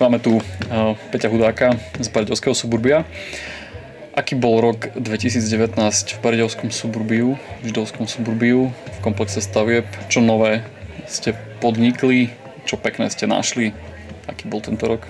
Máme tu Peťa Hudáka z Bardejovského suburbia. Aký bol rok 2019 v Bardejovskom suburbiu, v židovskom suburbiu, v komplexe stavieb? Čo nové ste podnikli? Čo pekné ste našli? Aký bol tento rok?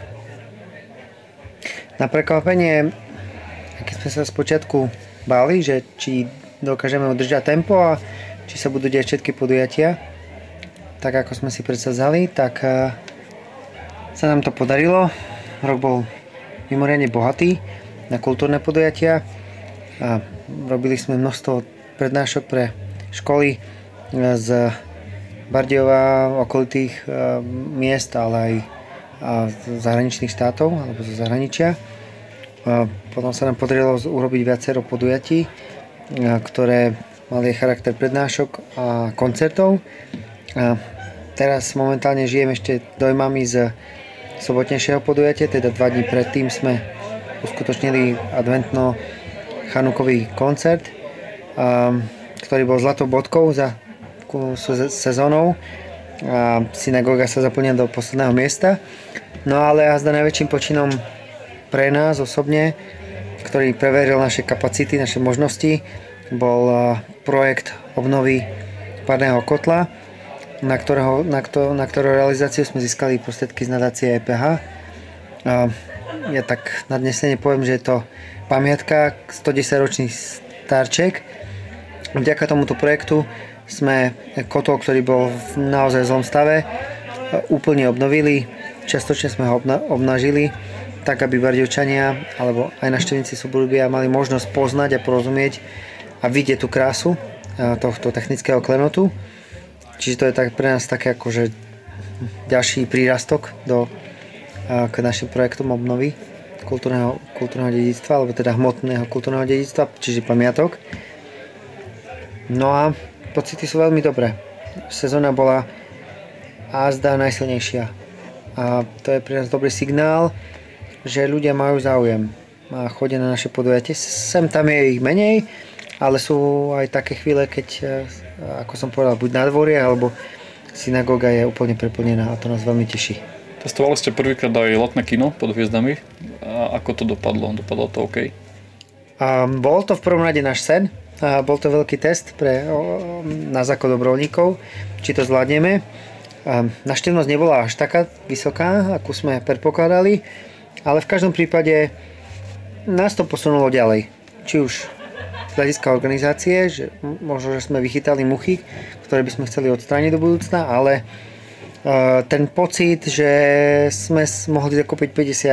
Na prekvapenie, keď sme sa spočiatku báli, že či dokážeme udržať tempo a či sa budú diať všetky podujatia, tak ako sme si predstavzali, tak sa nám to podarilo. Rok bol mimoriadne bohatý na kultúrne podujatia a robili sme množstvo prednášok pre školy z Bardejova, okolitých miest, ale aj z zahraničných štátov alebo zo zahraničia. Potom sa nám podarilo urobiť viacero podujatí, ktoré mali charakter prednášok a koncertov. A teraz momentálne žijem ešte dojmami z sobotnejšieho podujatia, teda 2 dní predtým sme uskutočnili adventno-chanukový koncert, ktorý bol zlatou bodkou za sezónou a synagóga sa zaplňa do posledného miesta. No ale azda najväčším počinom pre nás osobne, ktorý preveril naše kapacity, naše možnosti, bol projekt obnovy parného kotla, na ktorú realizáciu sme získali prostriedky z nadácie EPH. Ja tak nadnesene poviem, že je to pamiatka, 110-ročný starček. Vďaka tomuto projektu sme kotol, ktorý bol v naozaj zlom stave, úplne obnovili. Častočne sme ho obnažili, tak aby Bardejovčania alebo aj návštevníci suburbia mali možnosť poznať a porozumieť a vidieť tú krásu tohto technického klenotu. Čiže to je tak pre nás také akože ďalší prírastok k našim projektom obnovy kultúrneho dedičstva, alebo teda hmotného kultúrneho dedičstva, čiže pamiatok. No a pocity sú veľmi dobré. Sezóna bola azda najsilnejšia. A to je pre nás dobrý signál, že ľudia majú záujem a chodia na naše podujatie. Sem tam je ich menej, ale sú aj také chvíle, keď, ako som povedal, buď na dvorie, alebo synagóga je úplne preplnená a to nás veľmi teší. Testovali ste prvýkrát aj letné kino pod hviezdami. A ako to dopadlo? Dopadlo to OK? Bol to v prvom rade náš sen. Bol to veľký test na základ dobrovoľníkov, či to zvládneme. Návštevnosť nebola až taká vysoká, ako sme predpokladali, ale v každom prípade nás to posunulo ďalej. Či už z hľadiska organizácie, že možno, že sme vychytali muchy, ktoré by sme chceli odstrániť do budúcna, ale ten pocit, že sme mohli zakúpiť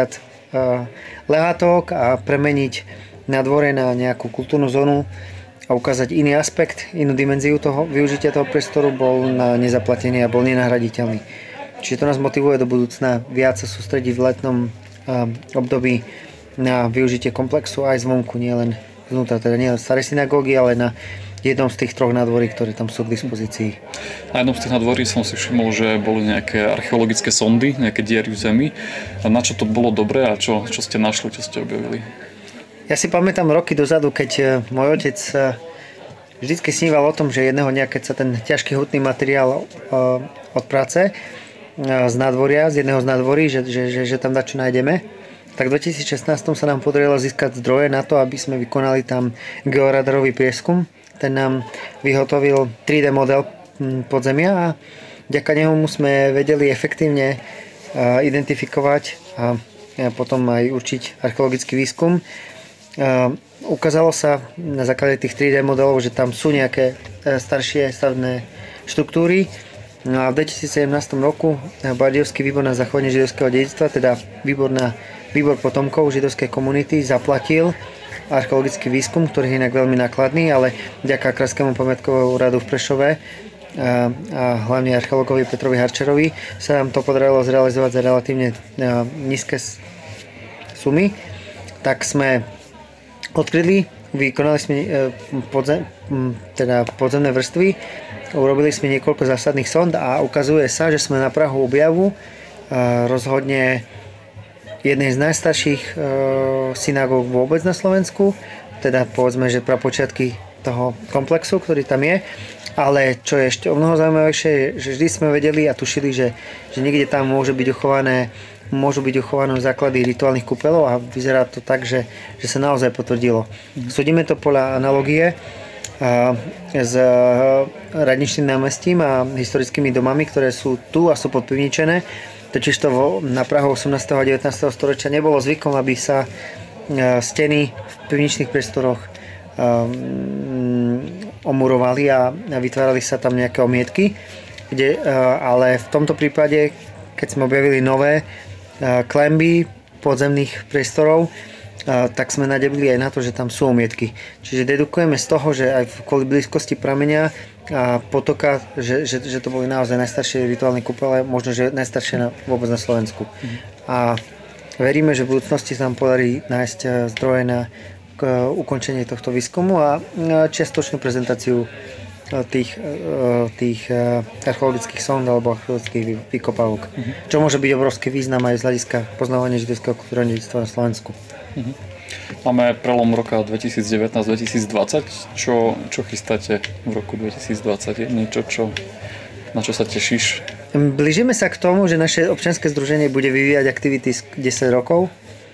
50 lehátok a premeniť na dvore na nejakú kultúrnu zónu a ukázať iný aspekt, inú dimenziu toho využitia toho priestoru, bol nezaplatený a bol nenahraditeľný. Čiže to nás motivuje do budúcna viac sa sústrediť v letnom období na využitie komplexu aj zvonku, nielen znútra, teda nie v starej synagógy, ale na jednom z tých 3 nádvorí, ktoré tam sú k dispozícii. Na jednom z tých nádvorí som si všimol, že boli nejaké archeologické sondy, nejaké diery v zemi. A na čo to bolo dobré a čo ste našli, čo ste objavili? Ja si pamätám roky dozadu, keď môj otec vždycky sníval o tom, že jedného dňa, keď sa ten ťažký hutný materiál od práce z nádvoria, z jedného z nádvorí, že tam dačo nájdeme, tak v 2016 sa nám podarilo získať zdroje na to, aby sme vykonali tam georadarový prieskum. Ten nám vyhotovil 3D model podzemia a vďaka nemu sme vedeli efektívne identifikovať a potom aj určiť archeologický výskum. Ukázalo sa na základe tých 3D modelov, že tam sú nejaké staršie stavebné štruktúry. No a v 2017 roku Bardejovský výbor na zachovanie židovského dedičstva, teda výbor potomkov židovskej komunity, zaplatil archeologický výskum, ktorý je inak veľmi nákladný, ale vďaka Krajskému pamiatkovému úradu v Prešove a hlavne archeologovi Petrovi Harčerovi sa nám to podarilo zrealizovať za relatívne nízke sumy. Tak sme odkryli, vykonali sme podzemné vrstvy, urobili sme niekoľko zásadných sond a ukazuje sa, že sme na prahu objavu rozhodne jednej z najstarších synagóg vôbec na Slovensku, teda povedzme, že prapočiatky toho komplexu, ktorý tam je, ale čo je ešte o mnoho zaujímavejšie, že vždy sme vedeli a tušili, že niekde tam môže byť uchované môžu byť uchované základy rituálnych kúpeľov a vyzerá to tak, že sa naozaj potvrdilo. Súdime to podľa analogie s radničným námestím a historickými domami, ktoré sú tu a sú podpivničené. Totižto na prahu 18. a 19. storočia nebolo zvykom, aby sa steny v pivničných priestoroch omurovali a vytvárali sa tam nejaké omietky, ale v tomto prípade, keď sme objavili nové klenby podzemných priestorov, tak sme nadebili aj na to, že tam sú omietky. Čiže dedukujeme z toho, že aj kvôli blízkosti prameňa a potoka, že to boli naozaj najstaršie rituálne kúpele, možno, že najstaršie vôbec na Slovensku. A veríme, že v budúcnosti sa nám podarí nájsť zdroje na ukončenie tohto výskumu a čiastočnú prezentáciu tých archeologických sond alebo archeologických vykopávok. Čo môže byť obrovský význam aj z hľadiska poznávania židovského kultúrneho dedičstva na Slovensku. Máme prelom roka 2019-2020. Čo chystáte v roku 2020? Niečo, na čo sa tešíš? Blížime sa k tomu, že naše občianske združenie bude vyvíjať aktivity 10 rokov.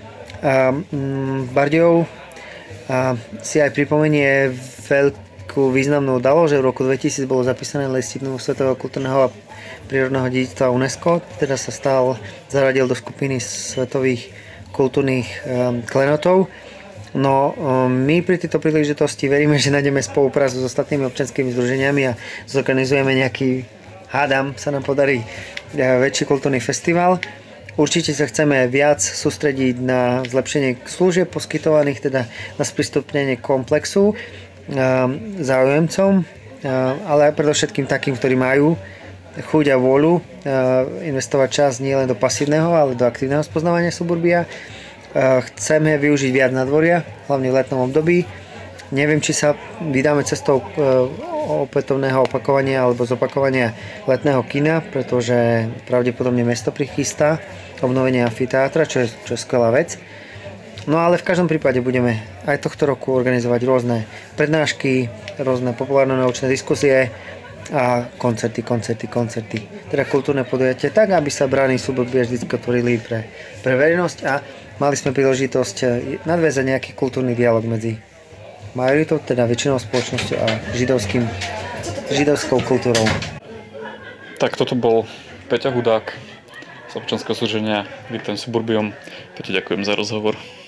Bardejov si aj pripomenie veľkú významnú udalosť, že v roku 2000 bolo zapísané listinu Svetového kultúrneho a prírodného dedičstva UNESCO, teda sa zaradil do skupiny svetových kultúrnych klenotov. No my pri tejto príležitosti veríme, že nájdeme spoluprácu s ostatnými občianskými združeniami a zorganizujeme nejaký, hádam, sa nám podarí väčší kultúrny festival. Určite sa chceme viac sústrediť na zlepšenie služieb poskytovaných, teda na sprístupnenie komplexu záujemcom, ale predovšetkým takým, ktorí majú chuť a vôľu investovať čas nielen do pasívneho, ale do aktívneho spoznávania suburbia. Chceme využiť viac nadvoria, hlavne v letnom období. Neviem, či sa vydáme cestou opätovného opakovania alebo zopakovania letného kina, pretože pravdepodobne mesto prichystá obnovenie amfiteátra, čo je skvelá vec. No ale v každom prípade budeme aj tohto roku organizovať rôzne prednášky, rôzne populárno-naučné diskusie a koncerty. Teda kultúrne podujatie, tak aby sa brány suburbia vždy otvorili pre verejnosť a mali sme príležitosť nadväzať nejaký kultúrny dialog medzi majoritou, teda väčšinou spoločnosťou a židovskou kultúrou. Tak toto bol Peťa Hudák z občianskeho združenia Vítam Suburbium. Peťo, ďakujem za rozhovor.